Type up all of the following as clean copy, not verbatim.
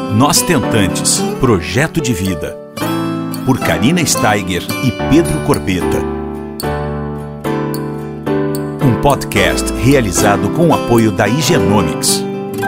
Nós Tentantes, Projeto de Vida, por Karina Steiger e Pedro Corbeta. Um podcast realizado com o apoio da Igenomics.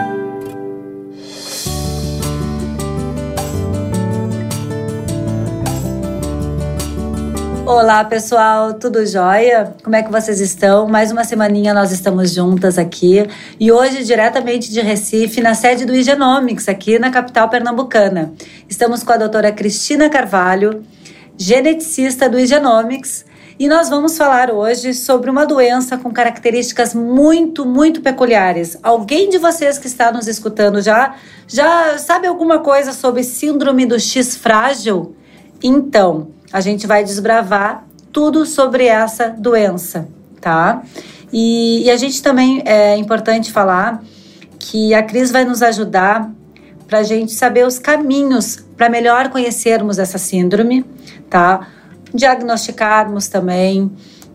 Olá pessoal, tudo jóia? Como é que vocês estão? Mais uma semaninha nós estamos juntas aqui e hoje diretamente de Recife, na sede do Igenomics, aqui na capital pernambucana. Estamos com a doutora Cristina Carvalho, geneticista do Igenomics, e nós vamos falar hoje sobre uma doença com características muito peculiares. Alguém de vocês que está nos escutando já sabe alguma coisa sobre síndrome do X frágil? Então, a gente vai desbravar tudo sobre essa doença, tá? E a gente também é importante falar que a Cris vai nos ajudar para a gente saber os caminhos para melhor conhecermos essa síndrome, tá? Diagnosticarmos também.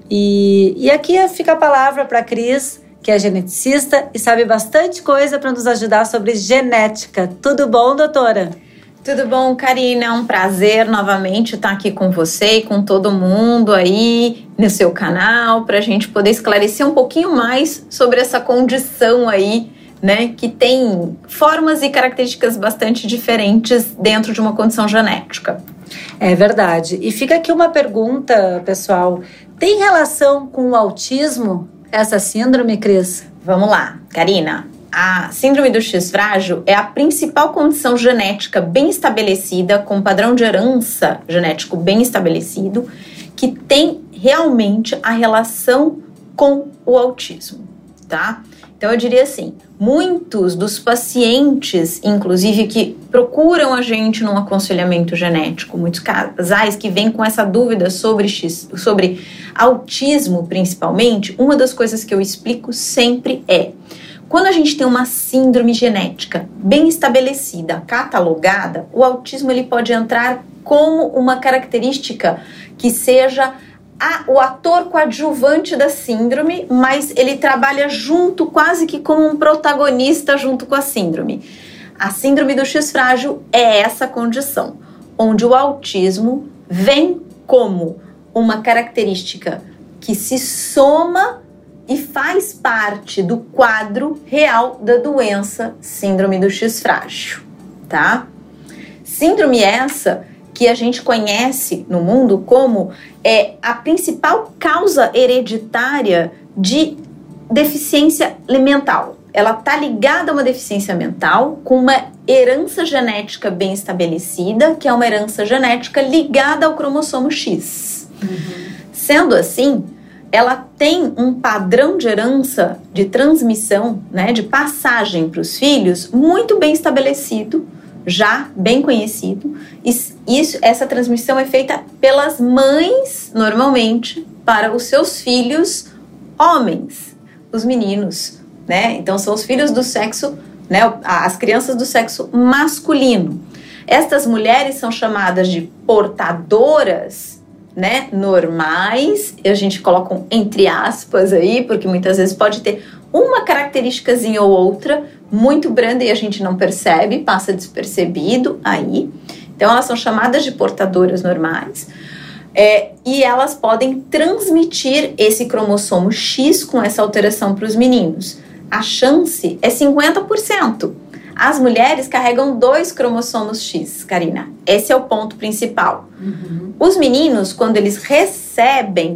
E aqui fica a palavra para a Cris, que é geneticista e sabe bastante coisa para nos ajudar sobre genética. Tudo bom, doutora? Tudo bom, Karina? É um prazer novamente estar aqui com você e com todo mundo aí no seu canal para a gente poder esclarecer um pouquinho mais sobre essa condição aí, né? Que tem formas e características bastante diferentes dentro de uma condição genética. É verdade. E fica aqui uma pergunta, pessoal. Tem relação com o autismo, essa síndrome, Cris? Vamos lá, Karina. A síndrome do X frágil é a principal condição genética bem estabelecida, com padrão de herança genético bem estabelecido, que tem realmente a relação com o autismo, tá? Então eu diria assim, muitos dos pacientes, inclusive que procuram a gente num aconselhamento genético, muitos casais que vêm com essa dúvida sobre autismo principalmente, uma das coisas que eu explico sempre é: quando a gente tem uma síndrome genética bem estabelecida, catalogada, o autismo ele pode entrar como uma característica que seja o ator coadjuvante da síndrome, mas ele trabalha junto, quase que como um protagonista junto com a síndrome. A síndrome do X frágil é essa condição, onde o autismo vem como uma característica que se soma e faz parte do quadro real da doença síndrome do X frágil, tá? Síndrome essa que a gente conhece no mundo como a principal causa hereditária de deficiência mental. Ela tá ligada a uma deficiência mental com uma herança genética bem estabelecida, que é uma herança genética ligada ao cromossomo X. Sendo assim, ela tem um padrão de herança, de transmissão, né, de passagem para os filhos muito bem estabelecido, já bem conhecido. Essa transmissão é feita pelas mães, normalmente, para os seus filhos homens, os meninos, né? Então são os filhos do sexo, né, as crianças do sexo masculino. Estas mulheres são chamadas de portadoras, né, normais, e a gente coloca entre aspas aí, porque muitas vezes pode ter uma característicazinha ou outra muito branda e a gente não percebe, passa despercebido aí. Então elas são chamadas de portadoras normais, e elas podem transmitir esse cromossomo X com essa alteração para os meninos. A chance é 50%. As mulheres carregam 2 cromossomos X, Karina. Esse é o ponto principal. Os meninos, quando eles recebem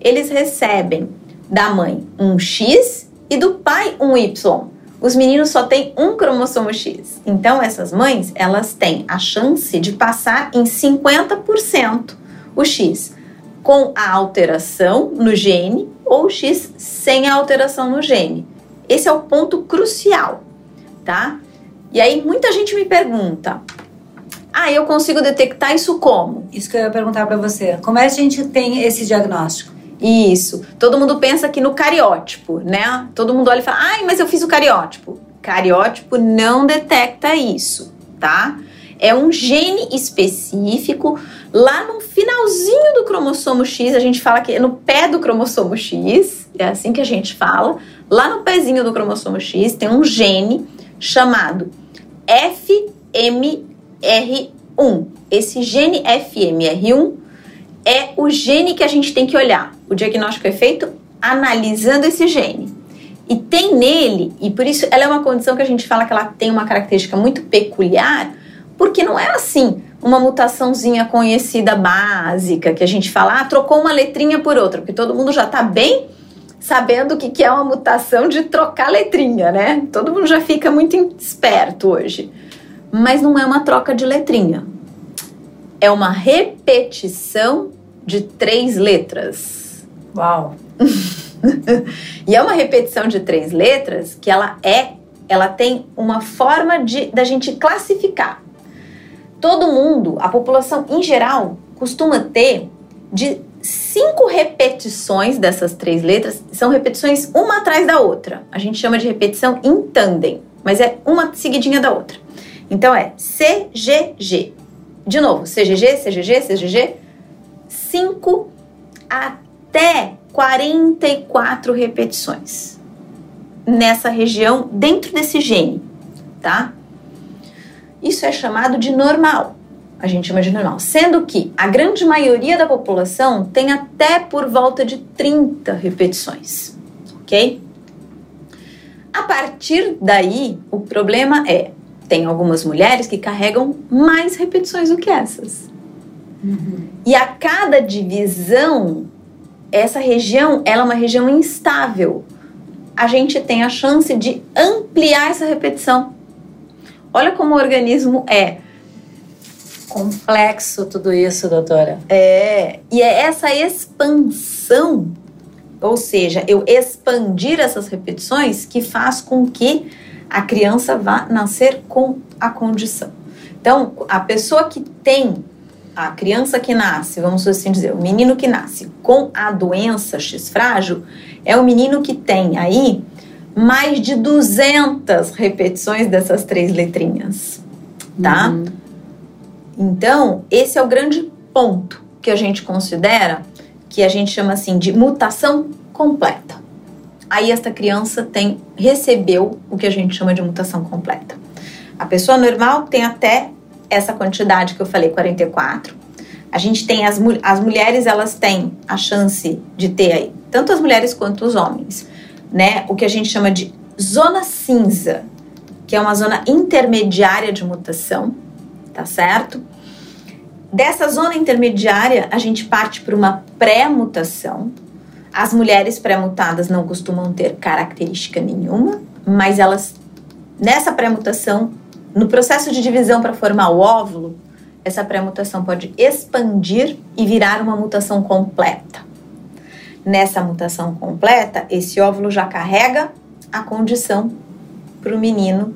da mãe um X e do pai um Y. Os meninos só têm um cromossomo X. Então, essas mães, elas têm a chance de passar em 50% o X com a alteração no gene ou o X sem a alteração no gene. Esse é o ponto crucial, tá? E aí, muita gente me pergunta: eu consigo detectar isso como? Isso que eu ia perguntar para você. Como é que a gente tem esse diagnóstico? Isso. Todo mundo pensa aqui no cariótipo, né? Todo mundo olha e fala: mas eu fiz o cariótipo. Cariótipo não detecta isso, tá? É um gene específico lá no finalzinho do cromossomo X. A gente fala que é no pé do cromossomo X, é assim que a gente fala. Lá no pezinho do cromossomo X tem um gene chamado FMR1. Esse gene FMR1 é o gene que a gente tem que olhar. O diagnóstico é feito analisando esse gene. E tem nele, e por isso ela é uma condição que a gente fala que ela tem uma característica muito peculiar, porque não é assim, uma mutaçãozinha conhecida básica, que a gente fala, trocou uma letrinha por outra, porque todo mundo já está bem sabendo o que é uma mutação de trocar letrinha, né? Todo mundo já fica muito esperto hoje. Mas não é uma troca de letrinha. É uma repetição de 3 letras. Uau! E é uma repetição de 3 letras que ela tem uma forma da gente classificar. Todo mundo, a população em geral, costuma ter de 5 repetições dessas 3 letras, são repetições uma atrás da outra. A gente chama de repetição em tandem, mas é uma seguidinha da outra. Então é CGG. De novo, CGG, CGG, CGG, 5 até 44 repetições nessa região, dentro desse gene, tá? Isso é chamado de normal. A gente chama de normal. Sendo que a grande maioria da população tem até por volta de 30 repetições, ok? A partir daí, o problema tem algumas mulheres que carregam mais repetições do que essas. Uhum. E a cada divisão, essa região, ela é uma região instável. A gente tem a chance de ampliar essa repetição. Olha como o organismo é complexo tudo isso, doutora. E é essa expansão, ou seja, eu expandir essas repetições que faz com que a criança vá nascer com a condição. Então, a pessoa que tem, a criança que nasce, vamos assim dizer, o menino que nasce com a doença X frágil, é o menino que tem aí mais de 200 repetições dessas 3 letrinhas, tá? Uhum. Então, esse é o grande ponto que a gente considera, que a gente chama assim de mutação completa. Aí esta criança recebeu o que a gente chama de mutação completa. A pessoa normal tem até essa quantidade que eu falei, 44. A gente tem as mulheres, elas têm a chance de ter aí, tanto as mulheres quanto os homens, né? O que a gente chama de zona cinza, que é uma zona intermediária de mutação, tá certo? Dessa zona intermediária, a gente parte para uma pré-mutação. As mulheres pré-mutadas não costumam ter característica nenhuma, mas elas, nessa pré-mutação, no processo de divisão para formar o óvulo, essa pré-mutação pode expandir e virar uma mutação completa. Nessa mutação completa, esse óvulo já carrega a condição para o menino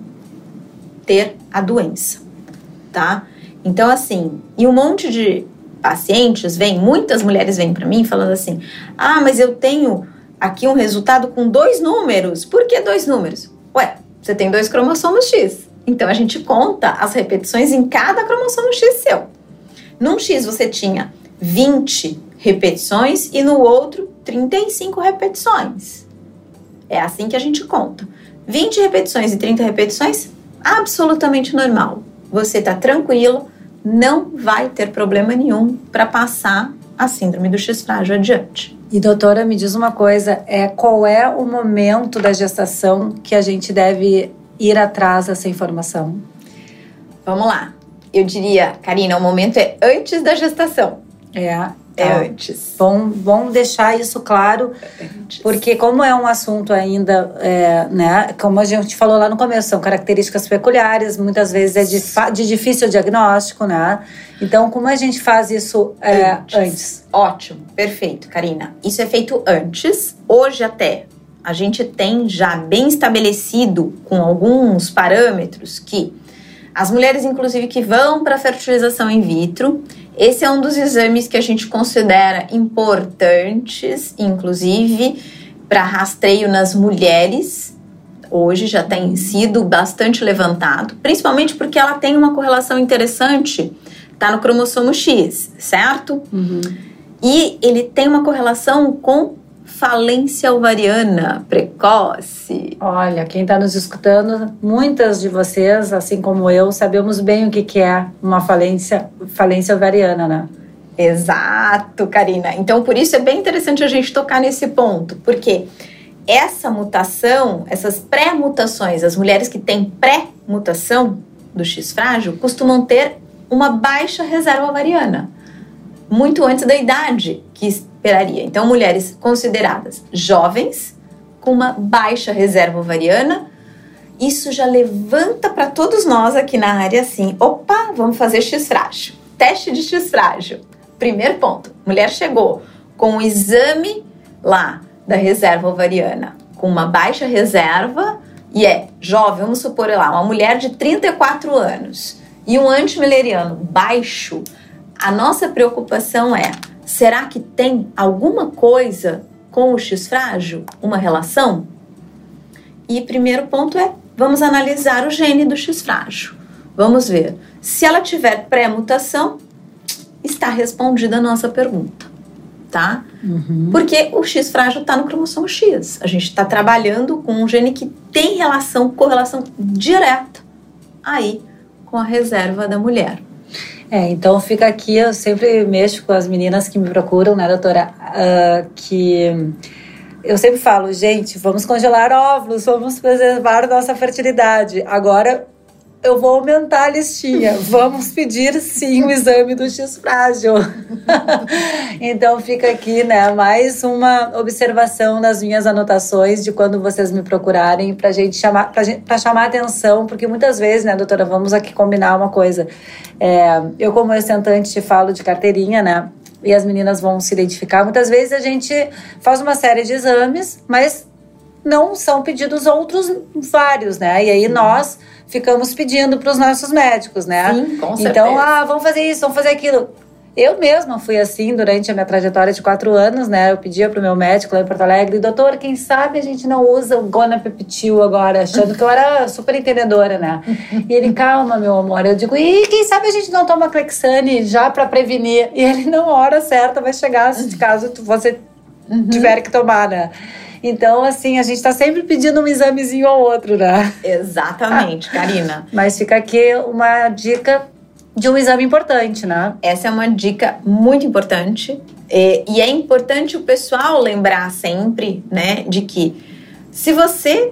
ter a doença, tá? Então, assim, e um monte de pacientes muitas mulheres vêm para mim falando assim, mas eu tenho aqui um resultado com 2 números. Por que 2 números? Ué, você tem 2 cromossomos X. Então, a gente conta as repetições em cada cromossomo X seu. Num X você tinha 20 repetições e no outro 35 repetições. É assim que a gente conta. 20 repetições e 30 repetições, absolutamente normal. Você está tranquilo, não vai ter problema nenhum para passar a síndrome do X frágil adiante. E doutora, me diz uma coisa, qual é o momento da gestação que a gente deve ir atrás dessa informação? Vamos lá. Eu diria, Karina, o momento é antes da gestação. Antes. Bom deixar isso claro, antes. Porque como é um assunto ainda, né, como a gente falou lá no começo, são características peculiares, muitas vezes é de difícil diagnóstico, né? Então, como a gente faz isso antes? Ótimo, perfeito, Karina. Isso é feito antes. Hoje até, a gente tem já bem estabelecido com alguns parâmetros que as mulheres, inclusive, que vão para a fertilização in vitro, esse é um dos exames que a gente considera importantes, inclusive, para rastreio nas mulheres. Hoje já tem sido bastante levantado, principalmente porque ela tem uma correlação interessante, tá no cromossomo X, certo? Uhum. E ele tem uma correlação com falência ovariana precoce? Olha, quem está nos escutando, muitas de vocês, assim como eu, sabemos bem o que é uma falência ovariana, né? Exato, Karina. Então, por isso é bem interessante a gente tocar nesse ponto, porque essa mutação, essas pré-mutações, as mulheres que têm pré-mutação do X frágil costumam ter uma baixa reserva ovariana, muito antes da idade que esperaria. Então, mulheres consideradas jovens, com uma baixa reserva ovariana, isso já levanta para todos nós aqui na área assim, opa, vamos fazer X frágil. Teste de X frágil. Primeiro ponto, mulher chegou com o exame lá da reserva ovariana, com uma baixa reserva e é jovem, vamos supor lá, uma mulher de 34 anos e um antimileriano baixo, a nossa preocupação é, será que tem alguma coisa com o X frágil? Uma relação? E primeiro ponto é, vamos analisar o gene do X frágil. Vamos ver, se ela tiver pré-mutação, está respondida a nossa pergunta, tá? Porque o X frágil está no cromossomo X. A gente está trabalhando com um gene que tem correlação direta aí com a reserva da mulher. Então fica aqui, eu sempre mexo com as meninas que me procuram, né, doutora? Que eu sempre falo, gente, vamos congelar óvulos, vamos preservar nossa fertilidade. Agora eu vou aumentar a listinha. Vamos pedir, sim, o exame do X frágil. Então fica aqui, né, mais uma observação nas minhas anotações de quando vocês me procurarem para chamar atenção, porque muitas vezes, né, doutora, vamos aqui combinar uma coisa. Eu, como assistente, falo de carteirinha, né, e as meninas vão se identificar. Muitas vezes a gente faz uma série de exames, mas não são pedidos outros vários, né? E aí nós ficamos pedindo para os nossos médicos, né? Sim, com certeza. Então, vamos fazer isso, vamos fazer aquilo. Eu mesma fui assim durante a minha trajetória de 4 anos, né? Eu pedia pro meu médico lá em Porto Alegre, doutor, quem sabe a gente não usa o Gonapeptil agora, achando que eu era super entendedora, né? E ele, calma, meu amor. Eu digo, e quem sabe a gente não toma Clexane já para prevenir? E ele, não, a hora certa vai chegar, se caso você tiver que tomar, né? Então, assim, a gente tá sempre pedindo um examezinho ao outro, né? Exatamente, Karina. Mas fica aqui uma dica de um exame importante, né? Essa é uma dica muito importante. E é importante o pessoal lembrar sempre, né, de que se você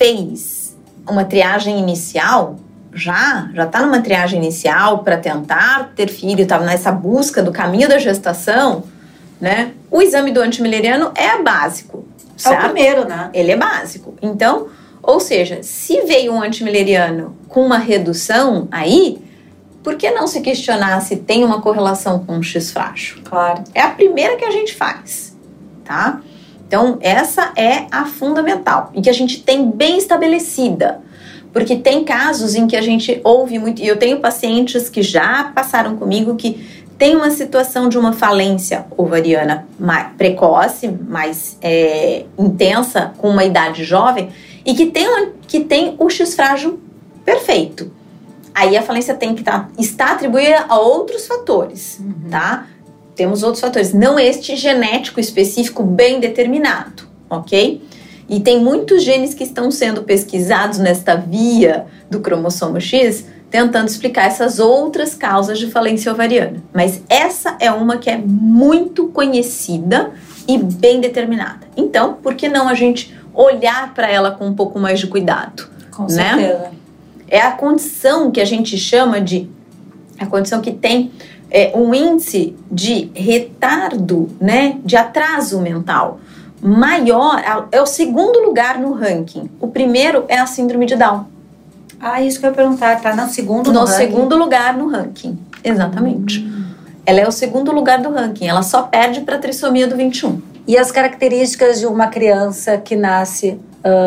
fez uma triagem inicial, já tá numa triagem inicial para tentar ter filho, tá nessa busca do caminho da gestação, né? O exame do antimileriano é básico. Certo? É o primeiro, né? Ele é básico. Então, ou seja, se veio um antimileriano com uma redução aí, por que não se questionar se tem uma correlação com o X frágil? Claro. É a primeira que a gente faz, tá? Então, essa é a fundamental e que a gente tem bem estabelecida. Porque tem casos em que a gente ouve muito, e eu tenho pacientes que já passaram comigo que tem uma situação de uma falência ovariana mais precoce, mais intensa, com uma idade jovem, e que tem o X frágil perfeito. Aí a falência tem que estar atribuída a outros fatores, tá? Temos outros fatores, não este genético específico bem determinado, ok? E tem muitos genes que estão sendo pesquisados nesta via do cromossomo X, tentando explicar essas outras causas de falência ovariana. Mas essa é uma que é muito conhecida e bem determinada. Então, por que não a gente olhar para ela com um pouco mais de cuidado? Com certeza. É a condição que a gente chama de... A condição que tem um índice de retardo, né, de atraso mental maior. É o segundo lugar no ranking. O primeiro é a síndrome de Down. Isso que eu ia perguntar, tá no segundo no ranking? Segundo lugar no ranking, exatamente. Ela é o segundo lugar do ranking, ela só perde para a trissomia do 21. E as características de uma criança que nasce,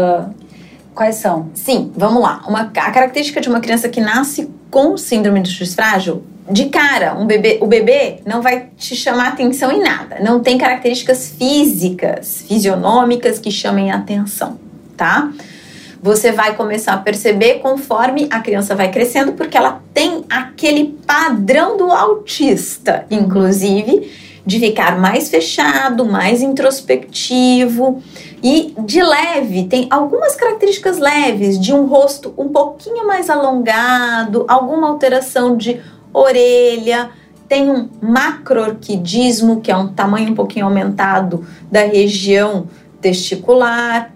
quais são? Sim, vamos lá. A característica de uma criança que nasce com síndrome do X frágil, de cara, o bebê não vai te chamar atenção em nada. Não tem características físicas, fisionômicas que chamem a atenção, tá? Você vai começar a perceber conforme a criança vai crescendo, porque ela tem aquele padrão do autista, inclusive, de ficar mais fechado, mais introspectivo e de leve. Tem algumas características leves de um rosto um pouquinho mais alongado, alguma alteração de orelha. Tem um macroorquidismo, que é um tamanho um pouquinho aumentado da região testicular,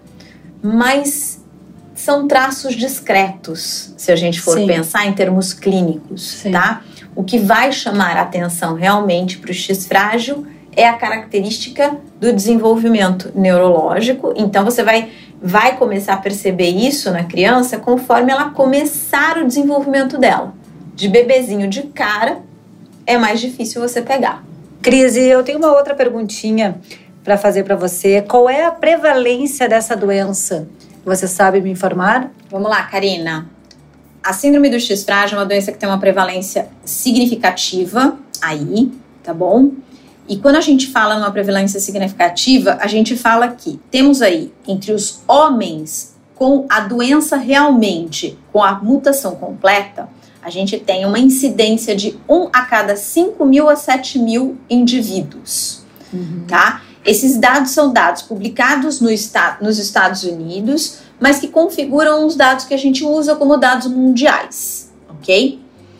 mas são traços discretos, se a gente for pensar em termos clínicos, tá? O que vai chamar a atenção realmente para o X frágil é a característica do desenvolvimento neurológico. Então, você vai começar a perceber isso na criança conforme ela começar o desenvolvimento dela. De bebezinho de cara, é mais difícil você pegar. Cris, eu tenho uma outra perguntinha para fazer para você. Qual é a prevalência dessa doença? Você sabe me informar? Vamos lá, Karina. A síndrome do X frágil é uma doença que tem uma prevalência significativa aí, tá bom? E quando a gente fala numa prevalência significativa, a gente fala que temos aí entre os homens com a doença realmente, com a mutação completa, a gente tem uma incidência de 1 a cada 5 mil a 7 mil indivíduos, tá? Esses dados são dados publicados nos Estados Unidos, mas que configuram os dados que a gente usa como dados mundiais, ok?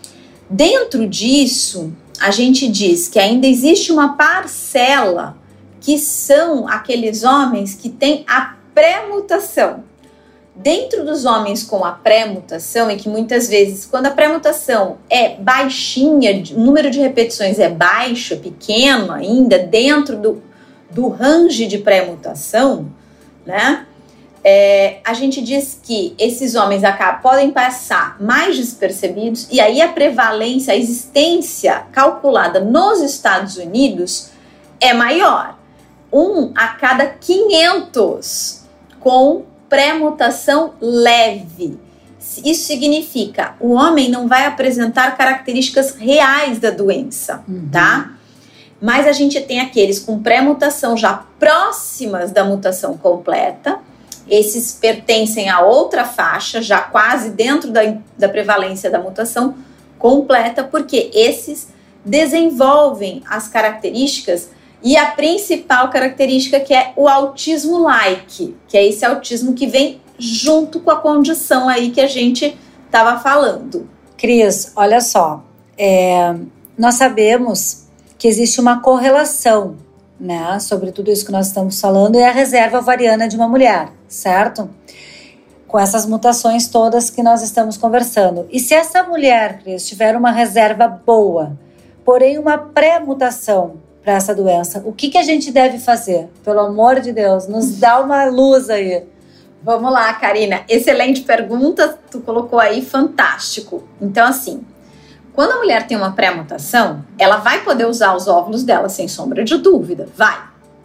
Dentro disso, a gente diz que ainda existe uma parcela que são aqueles homens que têm a pré-mutação. Dentro dos homens com a pré-mutação, e que muitas vezes, quando a pré-mutação é baixinha, o número de repetições é baixo, é pequeno ainda, dentro do range de pré-mutação, né? A gente diz que esses homens podem passar mais despercebidos, e aí a prevalência, a existência calculada nos Estados Unidos é maior. 1 a cada 500 com pré-mutação leve. Isso significa o homem não vai apresentar características reais da doença, tá? Mas a gente tem aqueles com pré-mutação já próximas da mutação completa. Esses pertencem a outra faixa, já quase dentro da prevalência da mutação completa, porque esses desenvolvem as características e a principal característica, que é o autismo-like, que é esse autismo que vem junto com a condição aí que a gente estava falando. Cris, olha só, nós sabemos que existe uma correlação, né, sobre tudo isso que nós estamos falando, é a reserva ovariana de uma mulher, certo? Com essas mutações todas que nós estamos conversando. E se essa mulher, Cris, tiver uma reserva boa, porém uma pré-mutação para essa doença, o que a gente deve fazer? Pelo amor de Deus, nos dá uma luz aí. Vamos lá, Karina. Excelente pergunta, tu colocou aí, fantástico. Então, assim, quando a mulher tem uma pré-mutação, ela vai poder usar os óvulos dela, sem sombra de dúvida. Vai,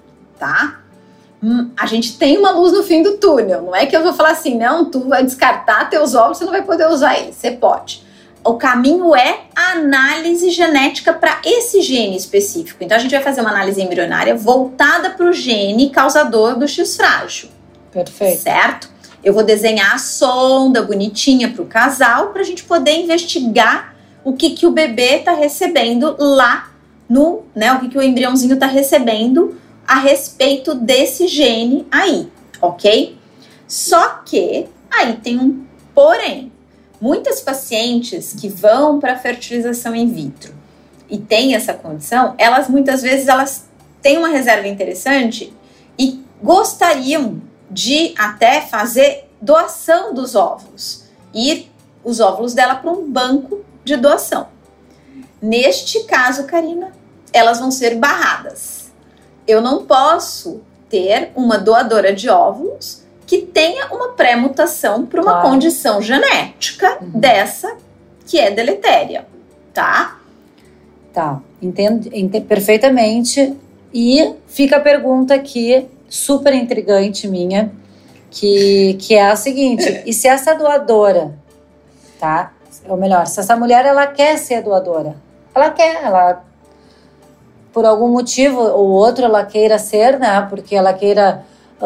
tá? A gente tem uma luz no fim do túnel. Não é que eu vou falar assim, não, tu vai descartar teus óvulos, você não vai poder usar eles. Você pode. O caminho é a análise genética para esse gene específico. Então, a gente vai fazer uma análise embrionária voltada para o gene causador do X frágil. Perfeito. Certo? Eu vou desenhar a sonda bonitinha para o casal, para a gente poder investigar o que o bebê está recebendo lá no, né? O que o embriãozinho está recebendo a respeito desse gene aí, ok? Só que aí tem um porém. Muitas pacientes que vão para a fertilização in vitro e têm essa condição, elas muitas vezes têm uma reserva interessante e gostariam de até fazer doação dos óvulos, ir os óvulos dela para um banco de doação. Neste caso, Karina, elas vão ser barradas. Eu não posso ter uma doadora de óvulos que tenha uma pré-mutação para uma condição genética dessa que é deletéria, tá? Tá, entendo perfeitamente. E fica a pergunta aqui, super intrigante minha, que é a seguinte: e se essa doadora, tá? Ou melhor, se essa mulher ela quer ser doadora, ela por algum motivo ou outro ela queira ser, né? Porque ela queira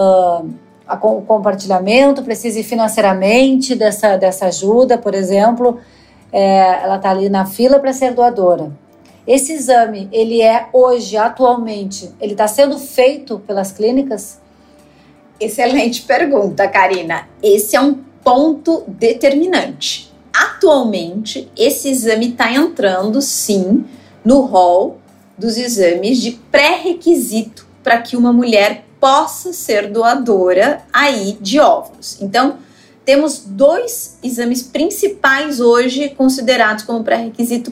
o compartilhamento, precise financeiramente dessa ajuda, por exemplo, ela tá ali na fila para ser doadora. Esse exame, ele é hoje, atualmente, ele está sendo feito pelas clínicas? Excelente pergunta, Karina. Esse é um ponto determinante. Atualmente, esse exame está entrando, sim, no rol dos exames de pré-requisito para que uma mulher possa ser doadora aí de óvulos. Então, temos 2 exames principais hoje considerados como pré-requisito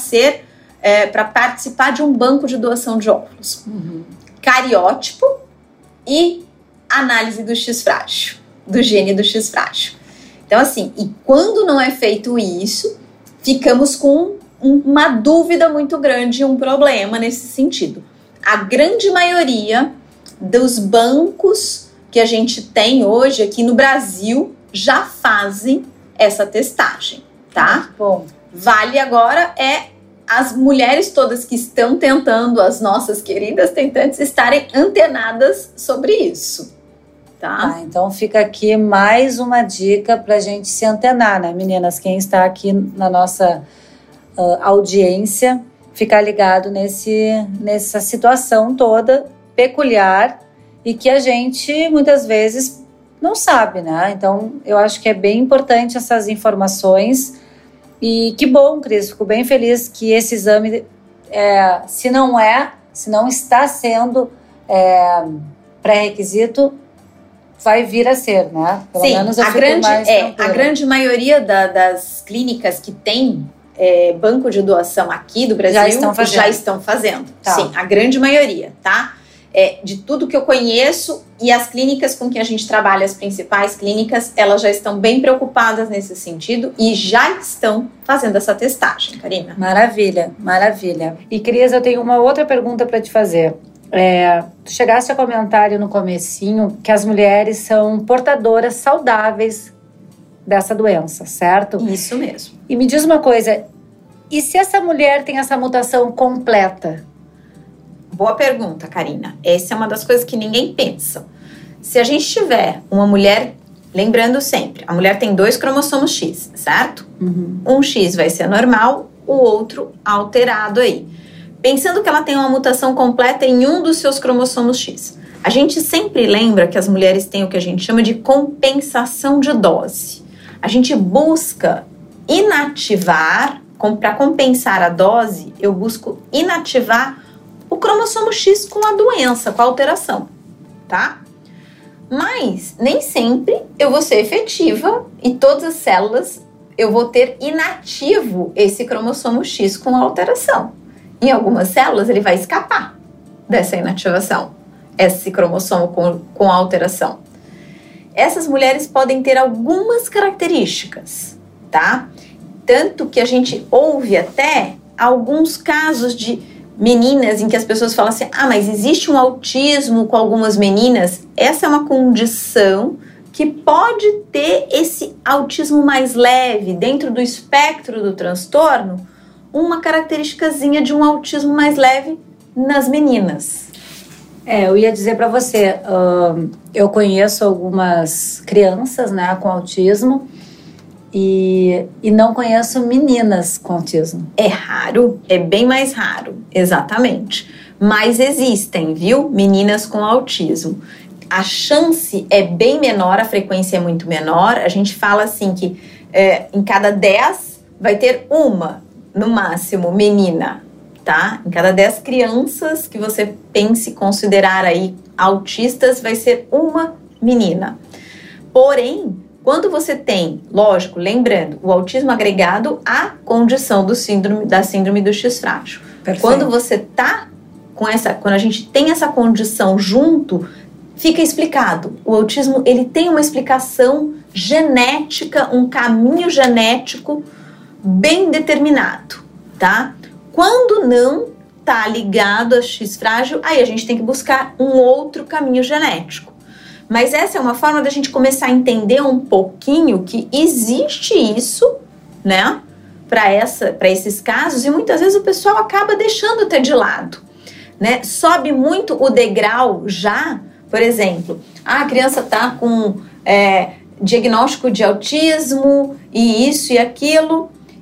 para participar de um banco de doação de óvulos. Cariótipo e análise do X frágil, do gene do X frágil. Então, assim, e quando não é feito isso, ficamos com uma dúvida muito grande, um problema nesse sentido. A grande maioria dos bancos que a gente tem hoje aqui no Brasil já fazem essa testagem, tá? Bom. Vale agora as mulheres todas que estão tentando, as nossas queridas tentantes, estarem antenadas sobre isso, tá? Então fica aqui mais uma dica pra gente se antenar, né, meninas? Quem está aqui na nossa audiência, ficar ligado nessa situação toda peculiar e que a gente muitas vezes não sabe, né? Então eu acho que é bem importante essas informações e que bom, Cris, fico bem feliz que esse exame, se não está sendo pré-requisito, vai vir a ser, né? Pelo menos eu fico mais tranquila. A grande maioria das clínicas que tem banco de doação aqui do Brasil já estão fazendo. Tá. Sim, a grande maioria, tá? De tudo que eu conheço, e as clínicas com que a gente trabalha, as principais clínicas, elas já estão bem preocupadas nesse sentido e já estão fazendo essa testagem, Karina. Maravilha, maravilha. E Cris, eu tenho uma outra pergunta para te fazer. Tu chegaste a comentário no comecinho que as mulheres são portadoras saudáveis dessa doença, certo? Isso mesmo. E me diz uma coisa, e se essa mulher tem essa mutação completa? Boa pergunta, Karina. Essa é uma das coisas que ninguém pensa. Se a gente tiver uma mulher, lembrando sempre, a mulher tem 2 cromossomos X, certo? Um X vai ser normal, o outro alterado aí. Pensando que ela tem uma mutação completa em um dos seus cromossomos X. A gente sempre lembra que as mulheres têm o que a gente chama de compensação de dose. A gente busca inativar, para compensar a dose, eu busco inativar o cromossomo X com a doença, com a alteração, tá? Mas nem sempre eu vou ser efetiva e todas as células eu vou ter inativo esse cromossomo X com a alteração. Em algumas células ele vai escapar dessa inativação, esse cromossomo com a alteração. Essas mulheres podem ter algumas características, tá? Tanto que a gente ouve até alguns casos de meninas em que as pessoas falam assim, mas existe um autismo com algumas meninas. Essa é uma condição que pode ter esse autismo mais leve, dentro do espectro do transtorno, uma característicazinha de um autismo mais leve nas meninas. Eu ia dizer para você, eu conheço algumas crianças, né, com autismo e não conheço meninas com autismo. É raro, é bem mais raro, exatamente. Mas existem, viu? Meninas com autismo. A chance é bem menor, a frequência é muito menor. A gente fala assim que em cada 10 vai ter uma, no máximo, menina, tá? Em cada 10 crianças que você pense considerar aí autistas, vai ser uma menina. Porém, quando você tem, lógico, lembrando, o autismo agregado à condição da síndrome do X frágil. Perfeito. Quando você tá quando a gente tem essa condição junto, fica explicado. O autismo, ele tem uma explicação genética, um caminho genético bem determinado, tá? Quando não tá ligado a X frágil, aí a gente tem que buscar um outro caminho genético. Mas essa é uma forma da gente começar a entender um pouquinho que existe isso, né? Para esses casos, e muitas vezes o pessoal acaba deixando até de lado, né? Sobe muito o degrau já, por exemplo, a criança tá com diagnóstico de autismo e isso e aquilo,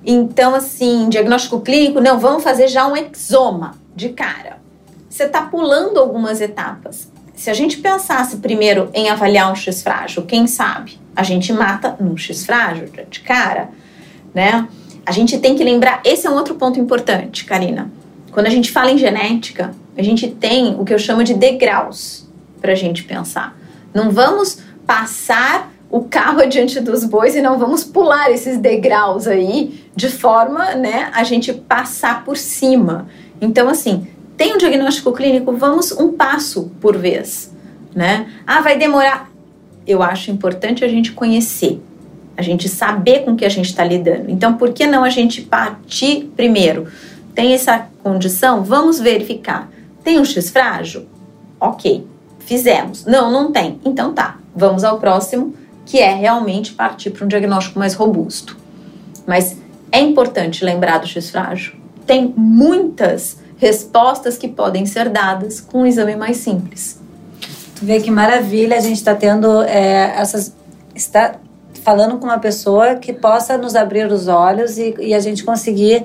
Então, assim, diagnóstico clínico, não, vamos fazer já um exoma de cara. Você está pulando algumas etapas. Se a gente pensasse primeiro em avaliar um X frágil, quem sabe a gente mata num X frágil de cara, né? A gente tem que lembrar, esse é um outro ponto importante, Karina. Quando a gente fala em genética, a gente tem o que eu chamo de degraus para a gente pensar. Não vamos passar o carro adiante dos bois e não vamos pular esses degraus aí de forma, né, a gente passar por cima. Então, assim, tem um diagnóstico clínico, vamos um passo por vez, né? Ah, vai demorar. Eu acho importante a gente conhecer, a gente saber com que a gente está lidando. Então, por que não a gente partir primeiro? Tem essa condição? Vamos verificar. Tem um X frágil? Ok, fizemos. Não, não tem. Então tá, vamos ao próximo, que é realmente partir para um diagnóstico mais robusto. Mas é importante lembrar do X frágil. Tem muitas respostas que podem ser dadas com um exame mais simples. Tu vê que maravilha, a gente está tendo está falando com uma pessoa que possa nos abrir os olhos e a gente conseguir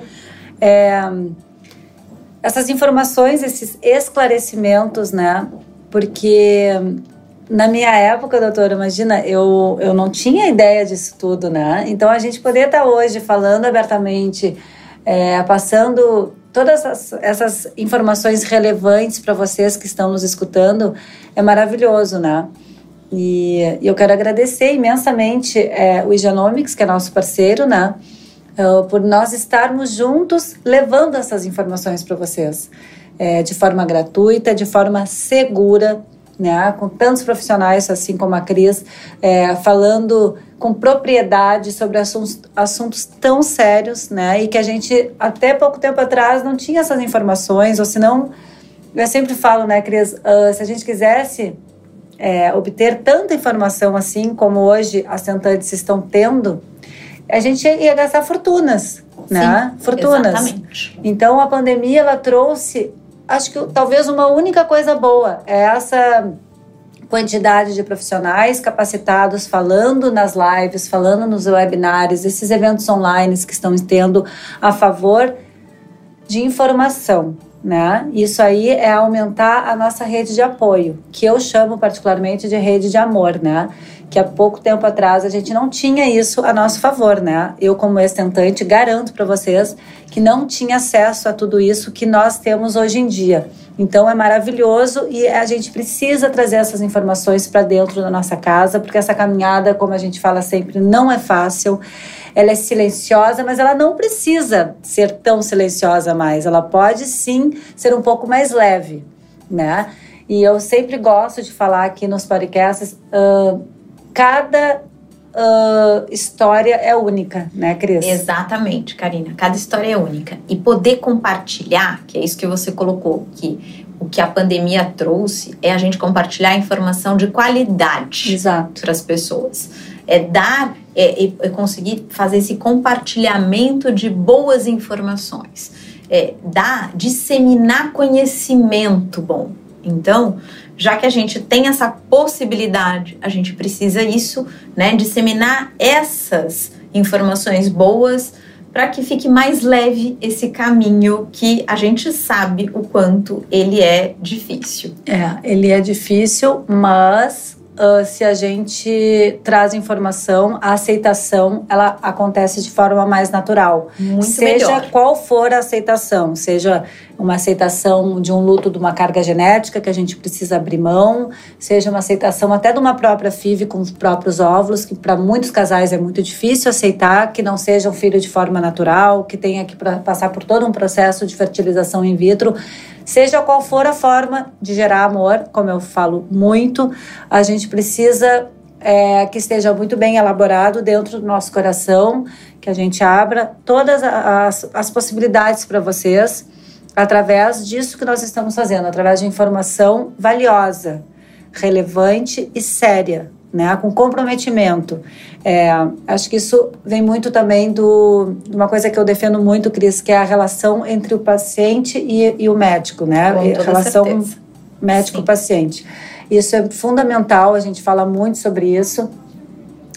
essas informações, esses esclarecimentos, né? Porque na minha época, doutora, imagina, eu não tinha ideia disso tudo, né? Então a gente poder estar hoje falando abertamente, passando todas essas informações relevantes para vocês que estão nos escutando, é maravilhoso, né? E eu quero agradecer imensamente o Igenomics, que é nosso parceiro, né? Por nós estarmos juntos levando essas informações para vocês, de forma gratuita, de forma segura, né? Com tantos profissionais, assim como a Cris, falando com propriedade sobre assuntos tão sérios, né? E que a gente, até pouco tempo atrás, não tinha essas informações, ou senão, eu sempre falo, né, Cris, se a gente quisesse obter tanta informação assim como hoje as tentantes estão tendo, a gente ia gastar fortunas, né? Sim, fortunas. Exatamente. Então, a pandemia, ela trouxe, acho que talvez uma única coisa boa, é essa quantidade de profissionais capacitados falando nas lives, falando nos webinários, esses eventos online que estão tendo a favor de informação, né? Isso aí é aumentar a nossa rede de apoio, que eu chamo particularmente de rede de amor, né? Que há pouco tempo atrás a gente não tinha isso a nosso favor, né? Eu, como ex-tentante, garanto para vocês que não tinha acesso a tudo isso que nós temos hoje em dia. Então é maravilhoso e a gente precisa trazer essas informações para dentro da nossa casa, porque essa caminhada, como a gente fala sempre, não é fácil. Ela é silenciosa, mas ela não precisa ser tão silenciosa mais. Ela pode sim ser um pouco mais leve, né? E eu sempre gosto de falar aqui nos podcasts, cada história é única, né, Cris? Exatamente, Karina. Cada história é única. E poder compartilhar, que é isso que você colocou, que o que a pandemia trouxe é a gente compartilhar informação de qualidade para as pessoas. É conseguir fazer esse compartilhamento de boas informações. Disseminar conhecimento bom. Então, já que a gente tem essa possibilidade, a gente precisa né, disseminar essas informações boas para que fique mais leve esse caminho que a gente sabe o quanto ele é difícil. Ele é difícil, mas se a gente traz informação, a aceitação, ela acontece de forma mais natural. Muito melhor. Seja qual for a aceitação, seja uma aceitação de um luto de uma carga genética que a gente precisa abrir mão, seja uma aceitação até de uma própria FIV com os próprios óvulos, que para muitos casais é muito difícil aceitar que não seja um filho de forma natural, que tenha que passar por todo um processo de fertilização in vitro. Seja qual for a forma de gerar amor, como eu falo muito, a gente precisa que esteja muito bem elaborado dentro do nosso coração, que a gente abra todas as possibilidades para vocês, através disso que nós estamos fazendo, através de informação valiosa, relevante e séria, né, com comprometimento. Acho que isso vem muito também de uma coisa que eu defendo muito, Cris, que é a relação entre o paciente e o médico, né? Com a relação certeza. Médico-paciente. Isso é fundamental, a gente fala muito sobre isso.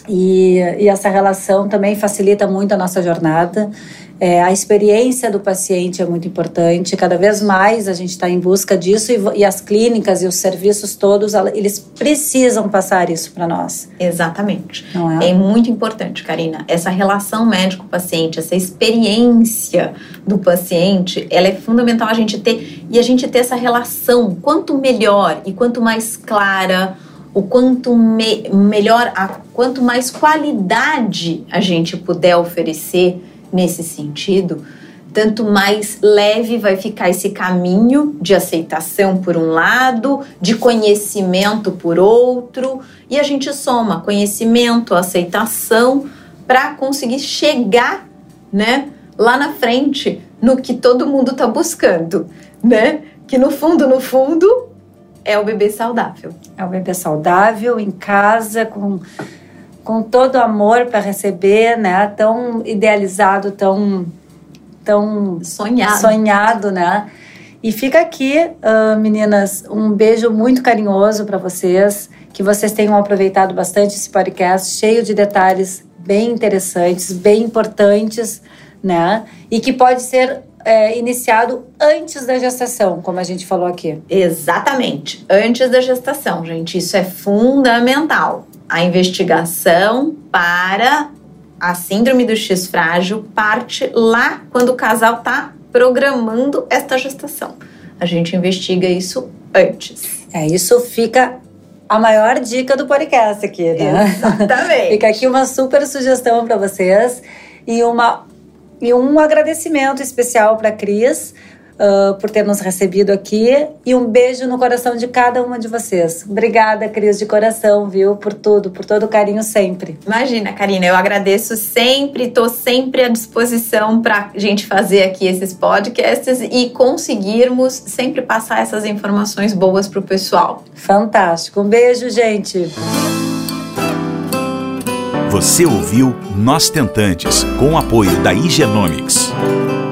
E essa relação também facilita muito a nossa jornada. A experiência do paciente é muito importante. Cada vez mais a gente está em busca disso e as clínicas e os serviços todos, eles precisam passar isso para nós. Exatamente. Não é? É muito importante, Karina. Essa relação médico-paciente, essa experiência do paciente, ela é fundamental a gente ter. E a gente ter essa relação, quanto melhor e quanto mais clara, o quanto melhor, quanto mais qualidade a gente puder oferecer nesse sentido, tanto mais leve vai ficar esse caminho de aceitação por um lado, de conhecimento por outro, e a gente soma conhecimento, aceitação, para conseguir chegar, né, lá na frente no que todo mundo está buscando, né? Que no fundo, é o bebê saudável. É o bebê saudável, em casa, com todo amor para receber, né? Tão idealizado, tão sonhado, né? E fica aqui, meninas, um beijo muito carinhoso para vocês, que vocês tenham aproveitado bastante esse podcast, cheio de detalhes bem interessantes, bem importantes, né? E que pode ser iniciado antes da gestação, como a gente falou aqui. Exatamente, antes da gestação, gente, isso é fundamental. A investigação para a síndrome do X frágil parte lá quando o casal está programando esta gestação. A gente investiga isso antes. Isso fica a maior dica do podcast aqui, né? Exatamente. Fica aqui uma super sugestão para vocês e um agradecimento especial para a Cris por ter nos recebido aqui e um beijo no coração de cada uma de vocês. Obrigada, Cris, de coração, viu? Por tudo, por todo o carinho sempre. Imagina, Karina, eu agradeço sempre, estou sempre à disposição para a gente fazer aqui esses podcasts e conseguirmos sempre passar essas informações boas para o pessoal. Fantástico. Um beijo, gente. Você ouviu Nós Tentantes, com o apoio da Igenomics.